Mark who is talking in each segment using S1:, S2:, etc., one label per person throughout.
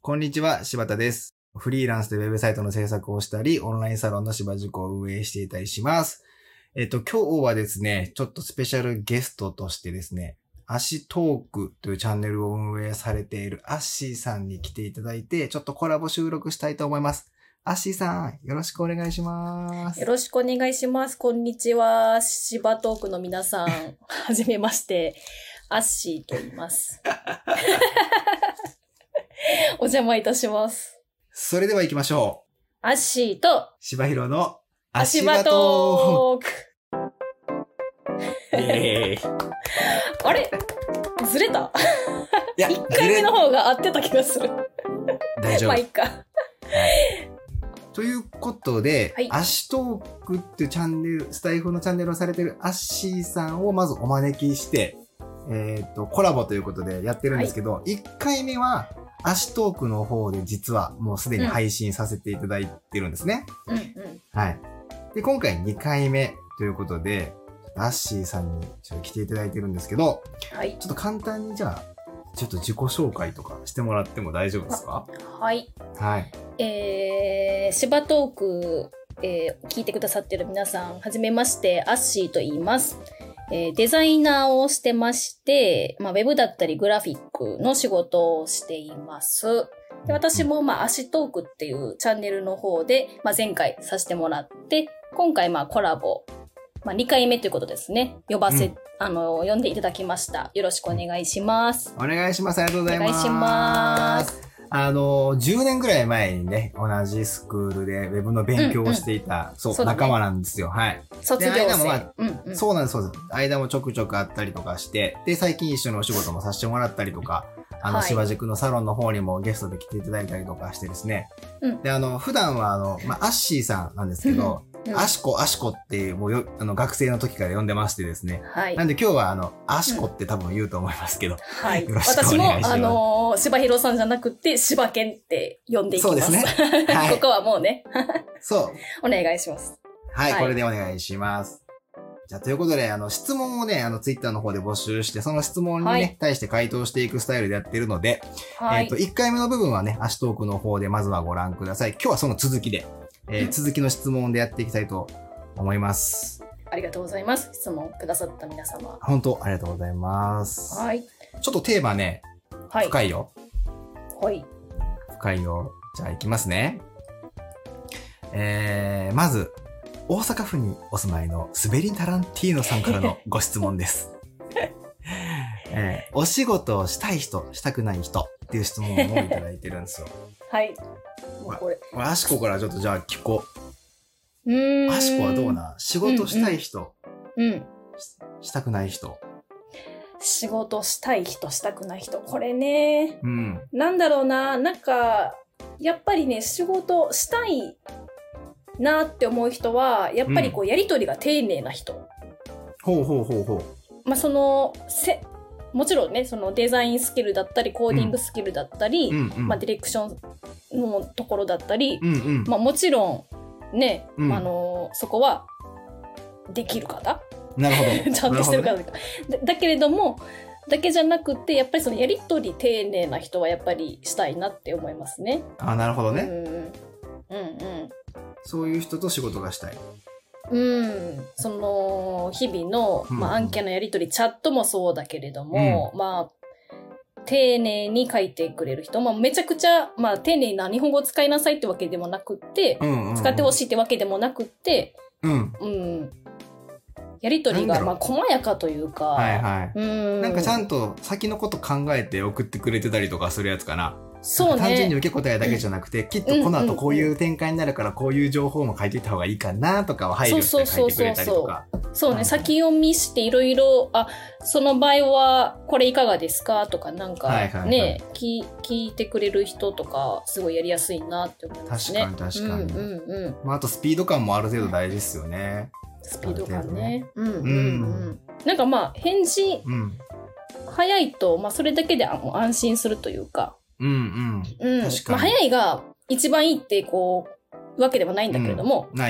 S1: こんにちは、柴田です。フリーランスでウェブサイトの制作をしたり、オンラインサロンの柴塾を運営していたりします。今日はですね、ちょっとスペシャルゲストとしてですね、アシトークというチャンネルを運営されているアッシーさんに来ていただいて、ちょっとコラボ収録したいと思います。アッシーさん、よろしくお願いします。
S2: よろしくお願いします。こんにちは。柴トークの皆さん、はじめまして、アッシーと言います。お邪魔いたします。
S1: それでは行きましょう。
S2: アッシーと、
S1: 柴弘の
S2: アシバトーク。あれずれた？
S1: いや、
S2: 1回目の方が合ってた気がする。
S1: 大丈夫。
S2: まあいいか。
S1: ということで、
S2: はい、
S1: アシトークっていうチャンネル、スタイフのチャンネルをされているアッシーさんをまずお招きして、コラボということでやってるんですけど、1回目はアシトークの方で実はもうすでに配信させていただいてるんですね。はい。で、今回2回目ということで、アッシーさんにちょっと来ていただいてるんですけど、はい、ちょっと簡単にじゃあ、ちょっと自己紹介とかしてもらっても大丈夫ですか？
S2: はい。
S1: はい。
S2: 柴トーク、聞いてくださってる皆さん、はじめまして、アッシーと言います。デザイナーをしてまして、ウェブだったりグラフィックの仕事をしています。で、私もアシトークっていうチャンネルの方で、前回させてもらって、今回コラボ、2回目ということですね。呼んでいただきました。よろしくお願いします。
S1: お願いします。ありがとうございます。
S2: お願いします。
S1: 10年ぐらい前にね、同じスクールでウェブの勉強をしていた、仲間なんですよ。はい。
S2: 卒業生。
S1: そうなんです、そうです。間もちょくちょくあったりとかして、で、最近一緒にお仕事もさせてもらったりとか、柴塾のサロンの方にもゲストで来ていただいたりとかしてですね。で、普段はアッシーさんなんですけど、アシコっていう、もう学生の時から呼んでましてですね。はい。なんで今日はアシコって多分言うと思いますけど。
S2: はい。よろしくお願いします。私も、柴弘さんじゃなくて、柴犬って呼んでいきます。
S1: そうですね。はい。
S2: ここはもうね。
S1: そう。
S2: お願いします。
S1: はい、これでお願いします。じゃあ、ということで、質問をね、ツイッターの方で募集して、その質問にね、対して回答していくスタイルでやってるので、1回目の部分はね、アシトークの方でまずはご覧ください。今日はその続きで、続きの質問でやっていきたいと思います。
S2: ありがとうございます。質問くださった皆様。
S1: 本当、ありがとうございます。
S2: はい。
S1: ちょっとテーマね、深いよ。
S2: はい。
S1: 深いよ。じゃあ、いきますね。まず、大阪府にお住まいのスベリン・タランティーノさんからのご質問です。お仕事をしたい人、したくない人っていう質問をいただいてるんですよ。
S2: はい。もうこれ。
S1: アシコからちょっとじゃあ聞こう。アシコはどうな？仕事したい人、したくない人。
S2: 仕事したい人、したくない人。これね、なんだろうな、なんか、やっぱりね、仕事したいなって思う人は、やっぱりこう、やりとりが丁寧な人。
S1: ほう。
S2: もちろんね、そのデザインスキルだったり、コーディングスキルだったり、ディレクションのところだったり、もちろんね、そこはできる方。
S1: なるほど。
S2: ちゃんとしてる方だけれども、だけじゃなくて、やっぱりそのやりとり丁寧な人はやっぱりしたいなって思いますね。
S1: なるほどね。そういう人と仕事がしたい。
S2: その日々の、案件のやり取り、チャットもそうだけれども、丁寧に書いてくれる人、めちゃくちゃ、丁寧な日本語を使いなさいってわけでもなくって、使ってほしいってわけでもなくって、やり取りが細やかというか、
S1: なんかちゃんと先のこと考えて送ってくれてたりとかするやつかな。
S2: そうね。
S1: 単純に受け答えだけじゃなくて、きっとこの後こういう展開になるからこういう情報も書いていった方がいいかなとかは配慮して書いてくれたりとか。
S2: そうね。先読みしていろいろ、その場合はこれいかがですかとかなんかね、聞いてくれる人とかすごいやりやすいなって思いますね。
S1: 確かに。あとスピード感もある程度大事ですよね。
S2: スピード感ね。なんか返事、早いと、それだけで安心するというか。確かに。早いが一番いいってこうわけではないんだけれども。
S1: ない。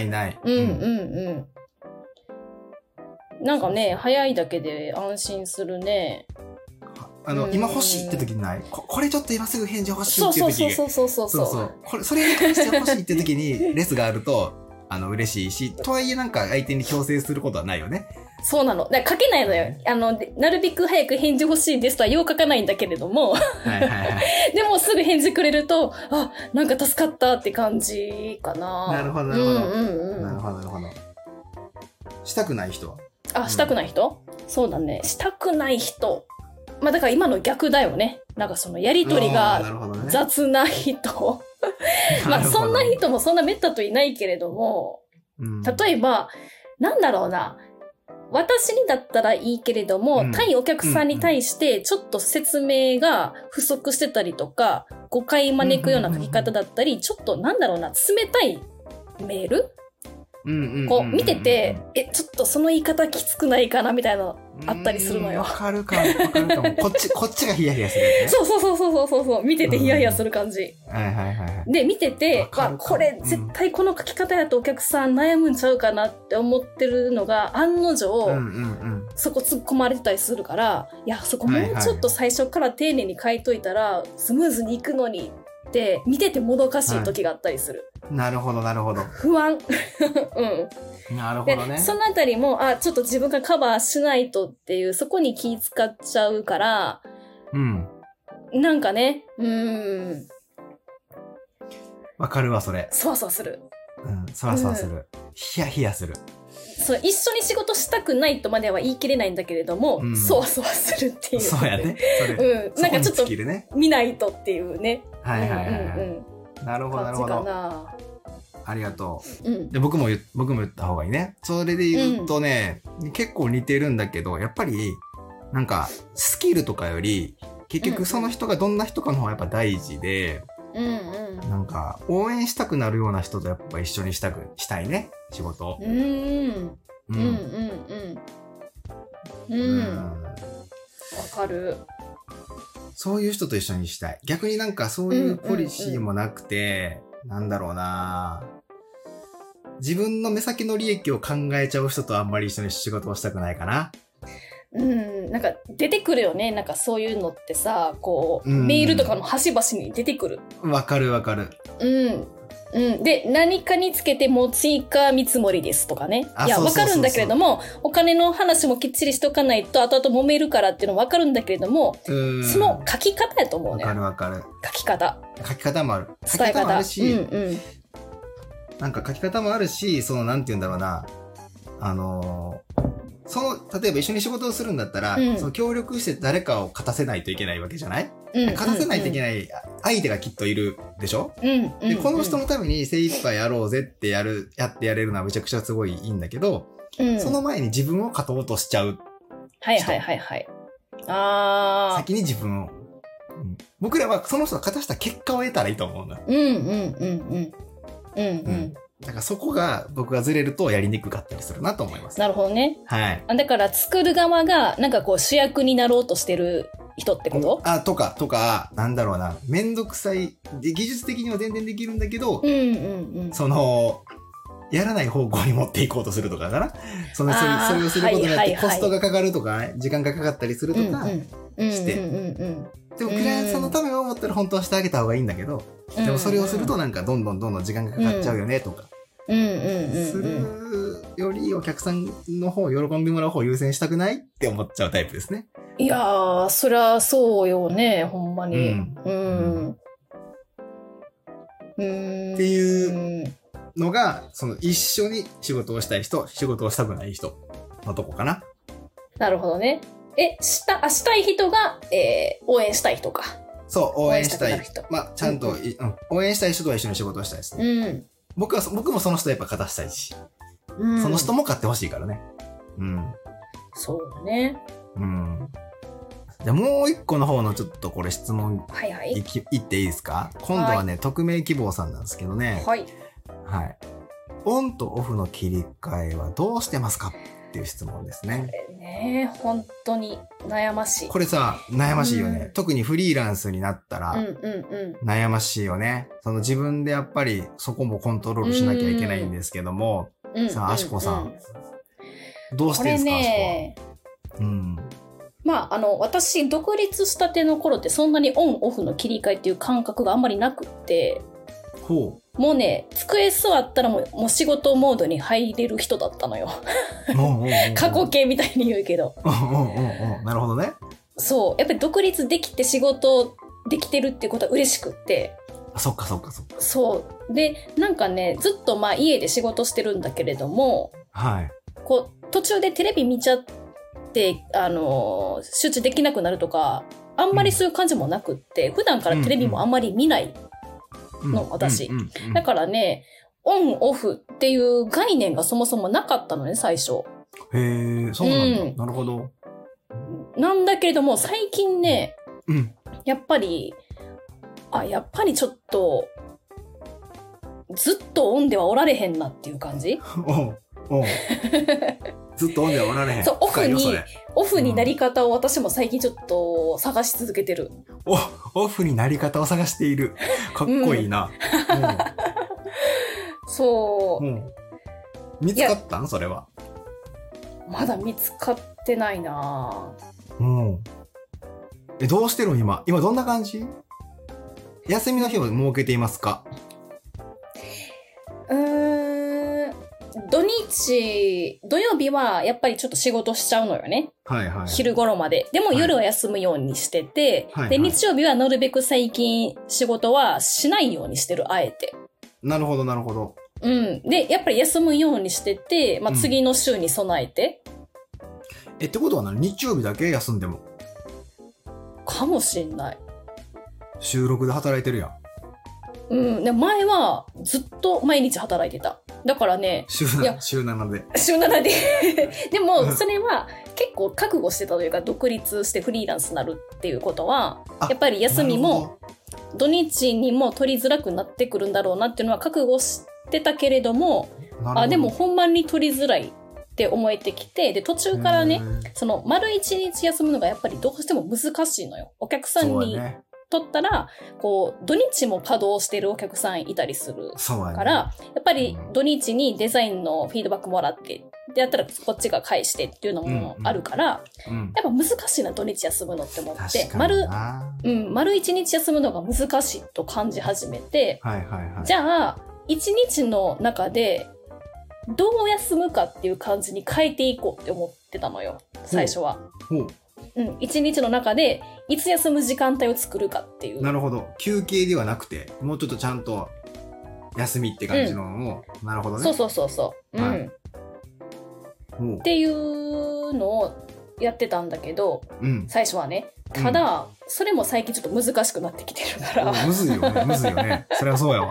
S2: なんかね、早いだけで安心するね。
S1: 今欲しいって時にないこれちょっと今すぐ返事欲しいっていう時
S2: そう
S1: それに関して欲しいって時にレスがあると嬉しいし、とはいえなんか相手に強制することはないよね。
S2: そうなの。だから書けないのよ。なるべく早く返事欲しいですとはよう書かないんだけれども。
S1: はいはいはい。
S2: でもすぐ返事くれると、なんか助かったって感じかな。
S1: なるほど、なるほど。なるほど、なるほど。したくない人は
S2: したくない人、そうだね。したくない人。まあだから今の逆だよね。なんかそのやりとりが雑な人。まあそんな人もそんなめったといないけれども、例えば、なんだろうな。私にだったらいいけれども、対お客さんに対してちょっと説明が不足してたりとか、誤解招くような書き方だったり、ちょっとなんだろうな、冷たいメールこう見てて、ちょっとその言い方きつくないかなみたいなあったりするのよ。
S1: わかるかも。こっちがヒヤヒヤするね。
S2: そう。見ててヒヤヒヤする感じ。
S1: はい。
S2: で、見てて、これ絶対この書き方やとお客さん悩むんちゃうかなって思ってるのが案の定、そこ突っ込まれてたりするから、いや、そこもうちょっと最初から丁寧に書いといたら、スムーズにいくのにって見ててもどかしい時があったりする。
S1: なるほど。
S2: 不安。
S1: なるほどね。
S2: で、そのあたりも、ちょっと自分がカバーしないとっていう、そこに気使っちゃうから、なんかね、
S1: わかるわ、それ。
S2: そわそわする。
S1: そわそわする。ヒヤヒヤする。
S2: そう、一緒に仕事したくないとまでは言い切れないんだけれども、そわそわするっていう。
S1: そうやね。
S2: なんかちょっと見ないとっていうね。
S1: はい。なるほど。ありがとう。で僕も言った方がいいね。それで言うとね、結構似てるんだけど、やっぱり、なんか、スキルとかより、結局その人がどんな人かの方がやっぱ大事で、なんか、応援したくなるような人とやっぱ一緒にしたいね、仕事。わ
S2: かる。
S1: そういう人と一緒にしたい。逆になんかそういうポリシーもなくて、なんだろうな、自分の目先の利益を考えちゃう人とあんまり一緒に仕事をしたくないかな。
S2: なんか出てくるよね。なんかそういうのってさ、こう、メールとかの端々に出てくる。
S1: わかる。
S2: で、何かにつけても追加見積もりですとかね。いや、わかるんだけれども、お金の話もきっちりしとかないと後々揉めるからっていうのわかるんだけれども、その書き方やと思うね。
S1: わかる。
S2: 書き方もある。伝え方もあるし、
S1: なんか書き方もあるし、なんて言うんだろうな、例えば一緒に仕事をするんだったら、協力して誰かを勝たせないといけないわけじゃない？勝たせないといけない相手がきっといるでしょ？で、この人のために精一杯やろうぜってやってやれるのはめちゃくちゃすごいいいんだけど、その前に自分を勝とうとしちゃう。
S2: はい。
S1: 先に自分を。僕らはその人が勝たした結果を得たらいいと思うんだ。だからそこが僕がずれるとやりにくかったりするなと思います。
S2: なるほどね。
S1: はい。
S2: だから作る側がなんかこう主役になろうとしてる人ってこと？
S1: とか、なんだろうな、めんどくさい、技術的には全然できるんだけど、やらない方向に持っていこうとするとかかな。それをすることによってコストがかかるとか、時間がかかったりするとかして。でもクライアントさんのためを思ったら本当はしてあげた方がいいんだけど、でもそれをするとなんかどんどん時間がかかっちゃうよねとか。するよりお客さんの方、喜んでもらう方を優先したくないって思っちゃうタイプですね。
S2: いやー、そりゃそうよね、ほんまに。
S1: っていうのが、一緒に仕事をしたい人、仕事をしたくない人のとこかな。
S2: なるほどね。したい人が、応援したい人か。
S1: そう、応援したい人。ちゃんと、応援したい人とは一緒に仕事をしたいですね。僕もその人やっぱ勝たしたいし、その人も勝ってほしいからね。
S2: そうだね。
S1: じゃあもう一個の方のちょっとこれ質問いっていいですか？今度はね、匿名希望さんなんですけどね。はい。オンとオフの切り替えはどうしてますかっていう質問ですね。
S2: これね、本当に悩ましい。
S1: これさ、悩ましいよね。特にフリーランスになったら、悩ましいよね。自分でやっぱりそこもコントロールしなきゃいけないんですけども、さあ、あしこさん。どうしてですか？これね、
S2: 私、独立したての頃ってそんなにオンオフの切り替えっていう感覚があんまりなくって、
S1: ほ
S2: もうね、机座ったらもう仕事モードに入れる人だったのよ。過去形みたいに言うけど。
S1: なるほどね。
S2: そう。やっぱり独立できて仕事できてるってことは嬉しくって。
S1: そっか。
S2: そう。で、なんかね、ずっと家で仕事してるんだけれども、
S1: はい。
S2: 途中でテレビ見ちゃって、集中できなくなるとか、あんまりそういう感じもなくって、普段からテレビもあんまり見ないの、私。だからね、オンオフっていう概念がそもそもなかったのね、最初。
S1: へえ、そうなんだ。なるほど。
S2: なんだけれども、最近ね、やっぱりちょっと、ずっとオンではおられへんなっていう感じ
S1: ずっとオンではおられへん。
S2: そう、オフになり方を私も最近ちょっと探し続けてる。
S1: オフになり方を探している。かっこいいな。
S2: そう。
S1: 見つかったんそれは。
S2: まだ見つかってないな。
S1: どうしてるの今どんな感じ？休みの日を設けていますか？
S2: 土曜日はやっぱりちょっと仕事しちゃうのよね。
S1: はいはい。
S2: 昼頃まで。でも夜は休むようにしてて、で、日曜日はなるべく最近仕事はしないようにしてる、あえて。
S1: なるほど。
S2: で、やっぱり休むようにしてて、次の週に備えて。
S1: ってことは日曜日だけ休んでも？
S2: かもしんない。
S1: 週6で働いてるやん。
S2: で前はずっと毎日働いてた。だからね。
S1: 週7で。
S2: 週7で。でも、それは結構覚悟してたというか、独立してフリーランスになるっていうことは、やっぱり休みも土日にも取りづらくなってくるんだろうなっていうのは覚悟してたけれども、でもほんまに取りづらいって思えてきて、で、途中からね、丸一日休むのがやっぱりどうしても難しいのよ。お客さんにとったら、土日も稼働してるお客さんいたりするから、やっぱり土日にデザインのフィードバックもらって、でやったらこっちが返してっていうのもあるから、やっぱ難しいな、土日休むのって思って、丸一日休むのが難しいと感じ始めて、じゃあ、一日の中で、どう休むかっていう感じに変えていこうって思ってたのよ、最初は。一日の中でいつ休む時間帯を作るかっていう。
S1: なるほど。休憩ではなくて、もうちょっとちゃんと休みって感じのを、なるほどね。
S2: そう。っていうのをやってたんだけど、最初はね。ただ、それも最近ちょっと難しくなってきてるから。
S1: むずいよね。それはそうやわ。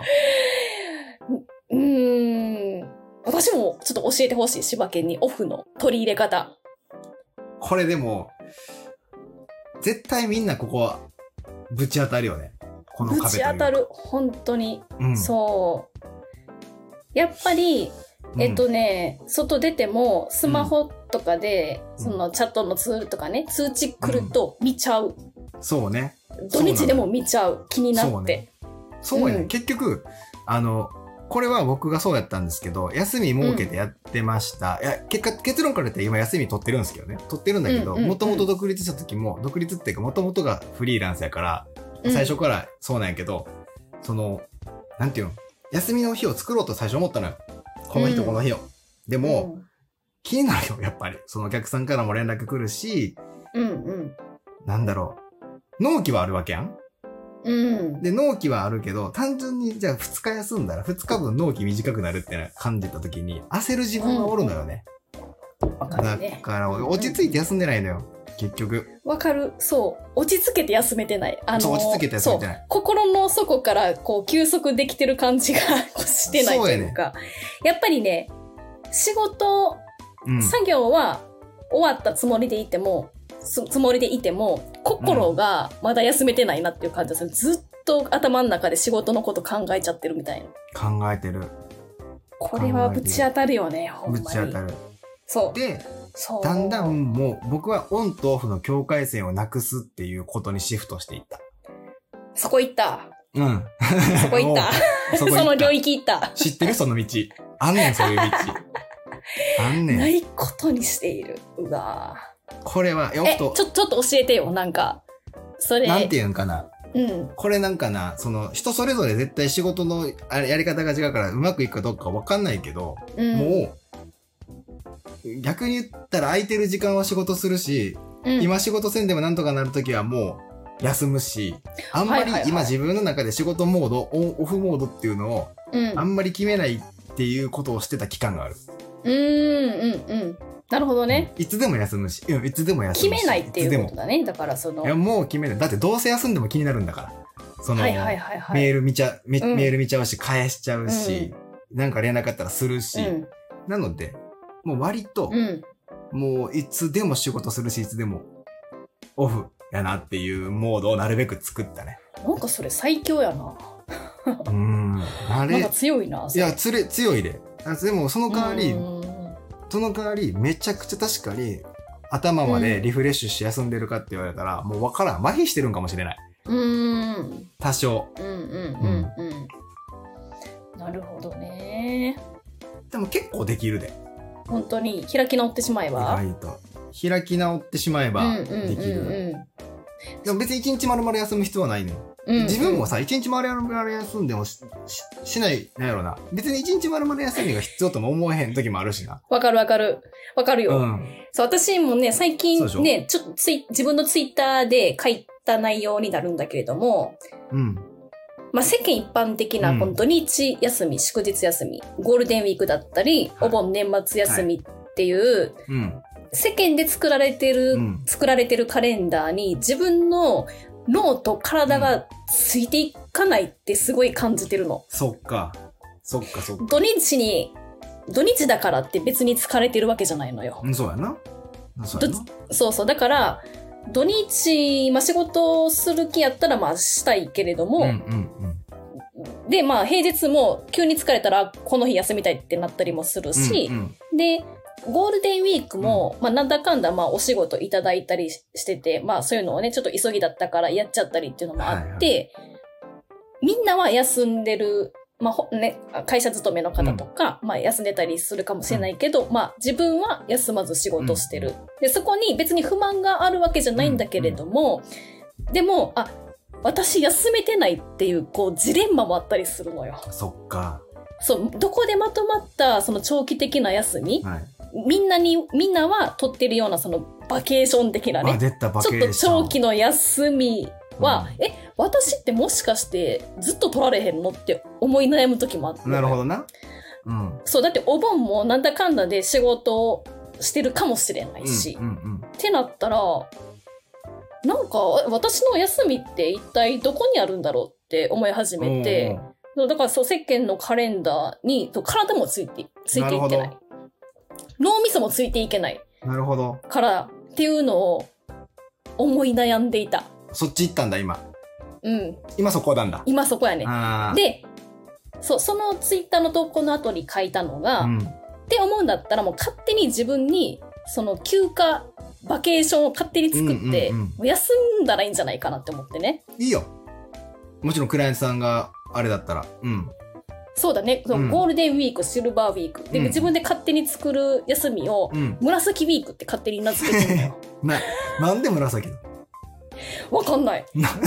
S2: 私もちょっと教えてほしい、柴犬にオフの取り入れ方。
S1: これでも、絶対みんなここはぶち当たるよね。この壁というか。
S2: ぶち当たる。本当に。そう。やっぱり、外出てもスマホとかで、チャットのツールとかね、通知来ると見ちゃう。
S1: そうね。
S2: 土日でも見ちゃう。気になって。
S1: そうやね。結局、これは僕がそうやったんですけど、休み設けてやってました。結論から言って今休み取ってるんですけどね。取ってるんだけど、もともと独立した時も、独立っていうかもともとがフリーランスやから、最初からそうなんやけど、なんていうの、休みの日を作ろうと最初思ったのよ。この日とこの日を。でも、気になるよ、やっぱり。そのお客さんからも連絡来るし、なんだろう。納期はあるわけやん。で、納期はあるけど、単純にじゃあ2日休んだら2日分納期短くなるって感じた時に焦る自分がおるのよね。だから落ち着いて休んでないのよ、結局。
S2: わかる。そう。落ち着けて休めてない。
S1: そう、落ち着けて休めてない。
S2: 心の底から休息できてる感じがしてないというか。やっぱりね、仕事、作業は終わったつもりでいても、心がまだ休めてないなっていう感じです。ずっと頭の中で仕事のこと考えちゃってるみたいな。
S1: 考えてる。
S2: これはぶち当たるよね、ほんまに。
S1: ぶち当たる。
S2: そう。
S1: で、だんだんもう僕はオンとオフの境界線をなくすっていうことにシフトしていった。
S2: そこ行った。そこ行った。その領域行った。
S1: 知ってるその道。あんねん、そういう道。あんねん。
S2: ないことにしている。うわ
S1: これは、
S2: ちょっと教えてよ、なんか。それ。
S1: なんていうんかな。
S2: うん。
S1: これなんかな、人それぞれ絶対仕事のやり方が違うからうまくいくかどうかわかんないけど、もう、逆に言ったら空いてる時間は仕事するし、今仕事せんでもなんとかなるときはもう休むし、あんまり今自分の中で仕事モード、オフモードっていうのを、あんまり決めないっていうことをしてた期間がある。
S2: なるほどね。
S1: いつでも休むし、いつでも休むし。
S2: 決めないっていうことだね。だからい
S1: や、もう決めない。だってどうせ休んでも気になるんだから。メール見ちゃうし、返しちゃうし、なんか連絡あったらするし。なので、もう割と、もういつでも仕事するし、いつでもオフやなっていうモードをなるべく作ったね。
S2: なんかそれ最強やな。
S1: なん
S2: か強いな。
S1: いや、強いで。でもその代わり、めちゃくちゃ確かに、頭までリフレッシュして休んでるかって言われたら、もうわからん。麻痺してるんかもしれない。多少。
S2: なるほどね。
S1: でも結構できるで。
S2: 本当に、開き直ってしまえば。
S1: 意外と。開き直ってしまえばできる。でも別に一日丸々休む必要はないね。自分もさ、一日丸々休んでもしない、なんやろな。別に一日丸々休みが必要とも思えへん時もあるしな。
S2: わかるよ。そう、私もね、最近ね、ちょっと自分のツイッターで書いた内容になるんだけれども、まあ世間一般的な土日休み、祝日休み、ゴールデンウィークだったり、お盆年末休みっていう、世間で作られてるカレンダーに自分の脳と体がついていかないってすごい感じてるの。
S1: そっか。土
S2: 日だからって別に疲れてるわけじゃないのよ。
S1: そうやな。
S2: そう。だから、土日、仕事をする気やったらしたいけれども、で、平日も急に疲れたらこの日休みたいってなったりもするし、で、ゴールデンウィークも、なんだかんだお仕事いただいたりしてて、そういうのをね、ちょっと急ぎだったからやっちゃったりっていうのもあって、みんなは休んでる、会社勤めの方とか、休んでたりするかもしれないけど、自分は休まず仕事してる。で、そこに別に不満があるわけじゃないんだけれども、でも、私休めてないっていう、ジレンマもあったりするのよ。
S1: そっか。
S2: そう、どこでまとまったその長期的な休み、みんなは取ってるようなそのバケーション的なね。ちょっと長期の休みは、私ってもしかしてずっと取られへんのって思い悩む時もあって。
S1: なるほどな。
S2: そう、だってお盆もなんだかんだで仕事をしてるかもしれないし。ってなったら、なんか私の休みって一体どこにあるんだろうって思い始めて、だから世間のカレンダーに体もついていってない。脳みそもついていけない。
S1: なるほど。
S2: からっていうのを思い悩んでいた。
S1: そっち行ったんだ、今。今そこなんだ。
S2: 今そこやね。で、そのツイッターの投稿の後に書いたのが、って思うんだったらもう勝手に自分にその休暇、バケーションを勝手に作って、休んだらいいんじゃないかなって思ってね。
S1: いいよ。もちろんクライアントさんがあれだったら。
S2: そうだね。ゴールデンウィーク、シルバーウィーク。で、自分で勝手に作る休みを、紫ウィークって勝手に名付けてるのよ。
S1: なんで紫の？
S2: わかんない。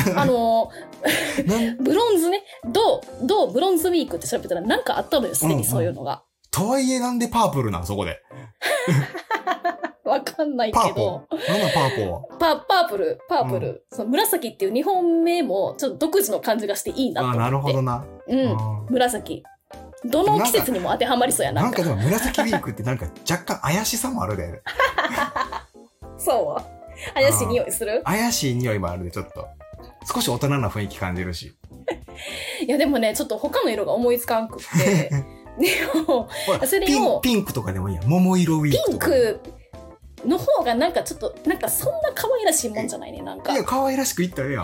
S2: ブロンズね。ブロンズウィークって調べたらなんかあったのよ、すでにそういうのが。
S1: とはいえなんでパープルなんそこで。
S2: わかんないけど。
S1: なんだパーポーは？
S2: パープル。その紫っていう日本名もちょっと独自の感じがしていいなと思って。
S1: なるほどな。
S2: 紫。どの季節にも当てはまりそうやな。
S1: なんかでも紫ウィークってなんか若干怪しさもあるで。
S2: そう怪しい匂いする？
S1: 怪しい匂いもあるで、ちょっと。少し大人な雰囲気感じるし。
S2: いやでもね、ちょっと他の色が思いつかんくって。でも、それを
S1: ピンクとかでもいいや。桃色ウィークとか。
S2: ピンクの方がなんかちょっと、なんかそんな可愛らしいもんじゃないね、なんか。
S1: いや、可愛らしく言ったらええやん。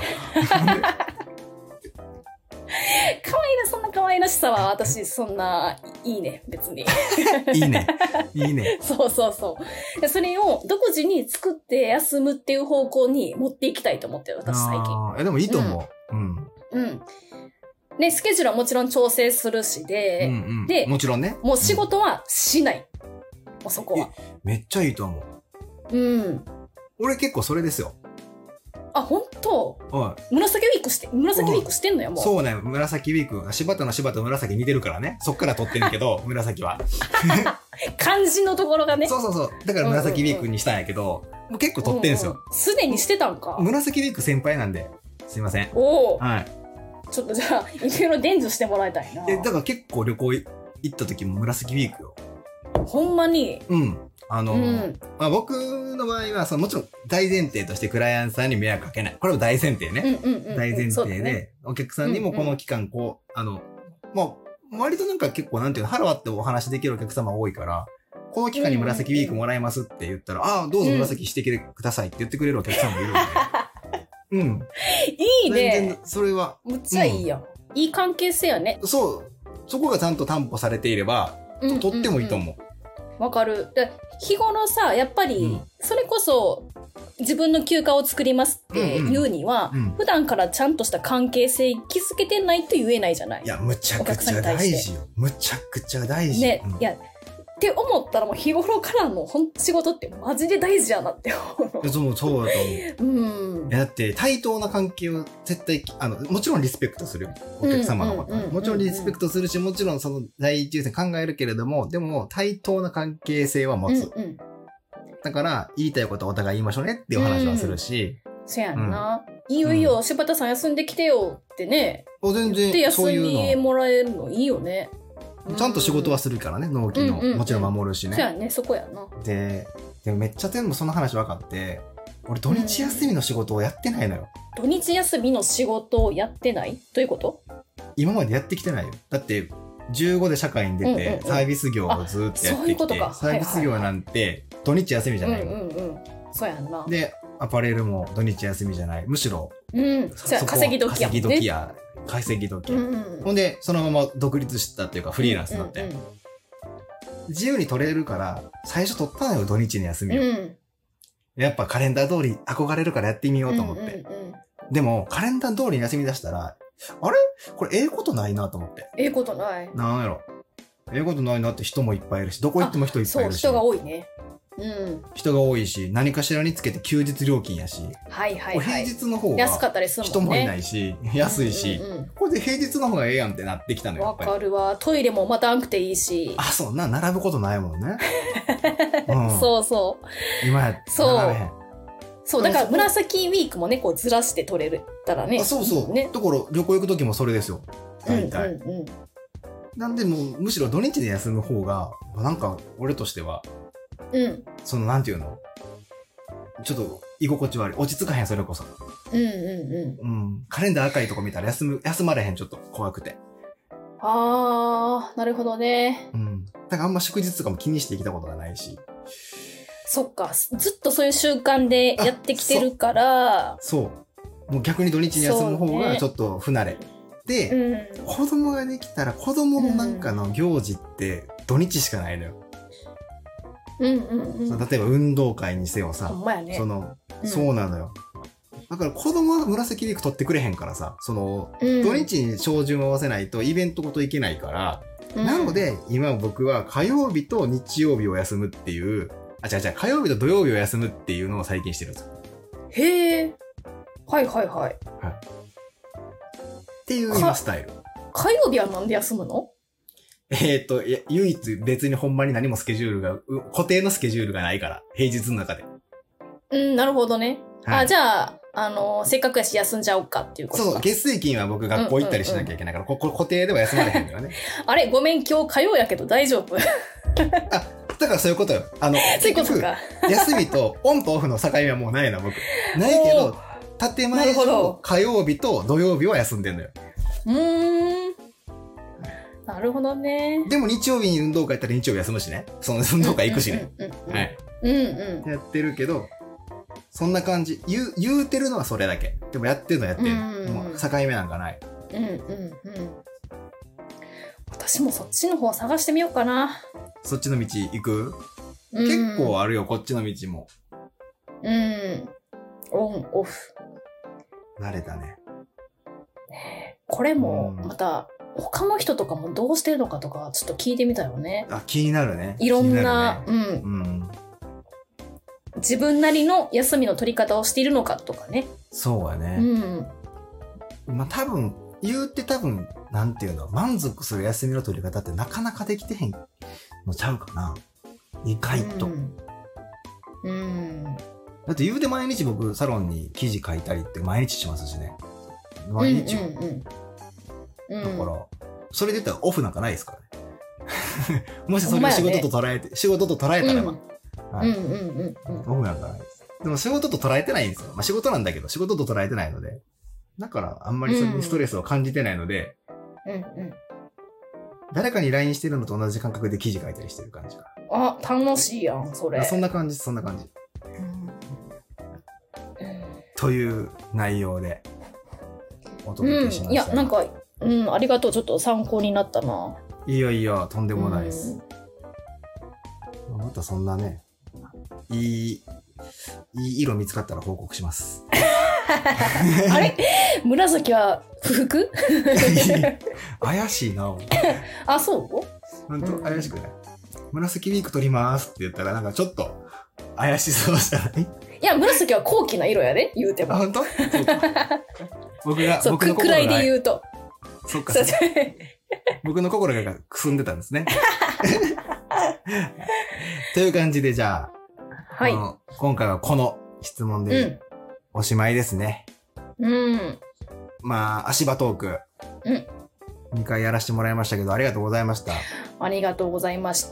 S2: そんな可愛らしさは私そんないいね、別に。
S1: いいね。いいね。
S2: そう。それを独自に作って休むっていう方向に持っていきたいと思ってる、私最近。
S1: でもいいと思う。
S2: で、スケジュールはもちろん調整するしで、で、
S1: もちろんね。
S2: もう仕事はしない。もうそこは。
S1: めっちゃいいと思う。 俺結構それですよ。
S2: あ、本当？
S1: はい。
S2: 紫ウィークしてんのよ、もう。
S1: そうね、紫ウィーク。柴田の柴と紫似てるからね。そっから撮ってるけど、紫は。
S2: 漢字のところがね。
S1: そうそうそう。だから紫ウィークにしたんやけど、もう結構撮ってるんですよ。
S2: すでにしてたんか。
S1: 紫ウィーク先輩なんで、すいません。
S2: おお。
S1: はい。
S2: ちょっとじゃあ、いろいろ伝授してもらいたいな。
S1: だから結構旅行行った時も紫ウィークよ。
S2: ほんまに。
S1: うん。まあ、僕の場合は、もちろん大前提としてクライアントさんに迷惑かけない。これは大前提ね。大前提で、ね、お客さんにもこの期間、まあ、割となんか結構なんていうの、腹割ってお話できるお客様多いから、この期間に紫ウィークもらえますって言ったら、ああ、どうぞ紫してきてくださいって言ってくれるお客さんもいるんで。うん。
S2: いいね。全然、
S1: それは。
S2: むっちゃいいやん。いい関係性やね。
S1: そう。そこがちゃんと担保されていれば、とってもいいと思う。
S2: わかる。で、日頃さ、やっぱり、それこそ、自分の休暇を作りますって言うには、普段からちゃんとした関係性築けてないと言えないじゃない。
S1: いや、むちゃくちゃ大事よ。むちゃくちゃ大事。
S2: ね、いや、って思ったらもう日頃からの仕事ってマジで大事やなって思う。
S1: そうだと思う。うん。だって対等な関係を絶対、もちろんリスペクトするよ。お客様のこと。もちろんリスペクトするし、もちろんその第一優先考えるけれども、でも対等な関係性は持つ。だから言いたいことはお互い言いましょうねっていう話はするし。
S2: そやんな。いいよいいよ、柴田さん休んできてよってね。
S1: 全然。
S2: で休んでもらえるのいいよね。
S1: ちゃんと仕事はするからね、納期の。もちろん守るしね。
S2: そうやね、そこやな。
S1: でもめっちゃ全部その話分かって、俺土日休みの仕事をやってないのよ。
S2: 土日休みの仕事をやってない？どういうこと？
S1: 今までやってきてないよ。だって、15で社会に出て、サービス業をずっとやってきて、サービス業なんて土日休みじゃないの。
S2: そうやんな。
S1: で、アパレルも土日休みじゃない。むしろ、
S2: 稼ぎ時やもんね。
S1: 稼ぎ時。ほんで、そのまま独立したっていうかフリーランスになって。自由に取れるから、最初取ったのよ、土日に休みを。やっぱカレンダー通り憧れるからやってみようと思って。でも、カレンダー通りに休み出したら、あれこれことないなと思って。
S2: ことない。
S1: なんやろ。ことないなって人もいっぱいいるし、どこ行っても人いっぱいいるし。
S2: そう、人が多いね。
S1: 人が多いし、何かしらにつけて休日料金やし。平日の方が
S2: 安かったりするもんね。
S1: 人もいないし、安いし、これで平日の方がええやんってなってきたのよ。
S2: わかるわ。トイレもまたんくていいし。
S1: そんな並ぶことないもんね。
S2: そうそう。
S1: 今や並べへん。
S2: そう、だから紫ウィークもね、こうずらして取れたらね。
S1: そうそう。だから旅行行くときもそれですよ。大体。なんでもむしろ土日で休む方が、なんか俺としては、なんていうのちょっと居心地悪い。落ち着かへん、それこそ。カレンダー赤いとこ見たら休まれへん、ちょっと怖くて。
S2: なるほどね。
S1: だからあんま祝日とかも気にしてきたことがないし。
S2: そっか。ずっとそういう習慣でやってきてるから。
S1: そう。もう逆に土日に休む方がちょっと不慣れ。で、子供ができたら子供のなんかの行事って土日しかないのよ。例えば運動会にせよさ。そうなのよ。だから子供は紫ウィーク取ってくれへんからさ、土日に照準を合わせないとイベントごといけないから、なので今僕は火曜日と日曜日を休むっていう、火曜日と土曜日を休むっていうのを最近してるんですよ。
S2: へえ。はい。
S1: っていう今スタイル。
S2: 火曜日はなんで休むの？
S1: 唯一別にほんまに何もスケジュールが、固定のスケジュールがないから、平日の中で。
S2: なるほどね。じゃあ、せっかくやし休んじゃおうかっていうことか。
S1: そう、月水金は僕学校行ったりしなきゃいけないから、固定では休まれへんのよね。
S2: あれごめん、今日火曜やけど大丈夫？
S1: だからそういうことよ。
S2: そういうことか。
S1: 休みとオンとオフの境目はもうないの、僕。ないけど、建前上、火曜日と土曜日は休んでんのよ。
S2: なるほどね。
S1: でも日曜日に運動会行ったら日曜日休むしね。その運動会行くしね。はい。やってるけど、そんな感じ。言うてるのはそれだけ。でもやってるのはやってる。もう境目なんかない。
S2: 私もそっちの方探してみようかな。
S1: そっちの道行く？結構あるよ、こっちの道も。
S2: オン、オフ。
S1: 慣れたね。
S2: これも、また、他の人とかもどうしてるのかとか、ちょっと聞いてみたよね。
S1: 気になるね。
S2: いろんな、 自分なりの休みの取り方をしているのかとかね。
S1: そうやね。まあ多分、なんていうの、満足する休みの取り方ってなかなかできてへんのちゃうかな。意外と。だって言うて毎日僕サロンに記事書いたりって毎日しますしね。毎日。だから、それで言ったらオフなんかないですからね。もしそれを仕事と捉えたらば。オフなんかないです。でも仕事と捉えてないんですよ。まあ仕事なんだけど、仕事と捉えてないので。だからあんまりそれにストレスを感じてないので、誰かに LINE してるのと同じ感覚で記事書いたりしてる感じか
S2: な。あ、楽しいやん、それ。
S1: そんな感じ。という内容でお届けしました。
S2: いや、なんか、ありがとう。ちょっと参考になったな。
S1: いいよ、とんでもないです。またそんなね、いい色見つかったら報告します。
S2: あれ紫は不服
S1: 怪しいな。
S2: あ、そう
S1: ほんと怪しくない、紫ウィーク取りますって言ったらなんかちょっと怪しそうじゃない？
S2: いや、紫は高貴な色やで、言うても。
S1: あ、ほんと？僕の心が。
S2: 暗いで言うと。
S1: そっか。僕の心がくすんでたんですね。という感じで、じゃあ、はい、今回はこの質問でおしまいですね。まあ、足場トーク。2回やらせてもらいましたけど、ありがとうございました。
S2: ありがとうございました。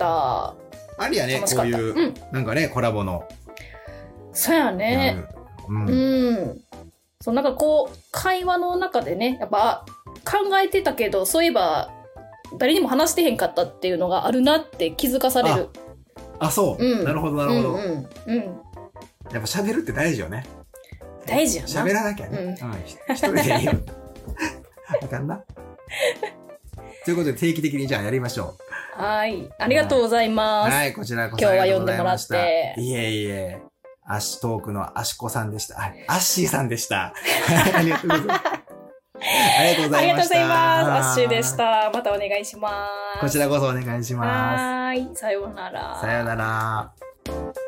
S1: ありやね、こういう、なんかね、コラボの。
S2: そうやね。そう、なんかこう、会話の中でね、やっぱ考えてたけど、そういえば、誰にも話してへんかったっていうのがあるなって気づかされる。
S1: あ、そう。なるほど、なるほど。やっぱ喋るって大事よね。
S2: 大事やな。
S1: 喋らなきゃね。一人でいいよ。あかんな。ということで定期的にじゃあやりましょ
S2: う。はい。ありがとうございます。
S1: はい、こちらこそ。
S2: 今日は読んでもらって。
S1: いえいえ。アッシュトークのアシコさんでした。アッシーさんでした。ありがとうございます。ありがとうございました。
S2: ありがとうございます。アッシーでした。またお願いします。
S1: こちらこそお願いします。
S2: はい。さようなら。
S1: さようなら。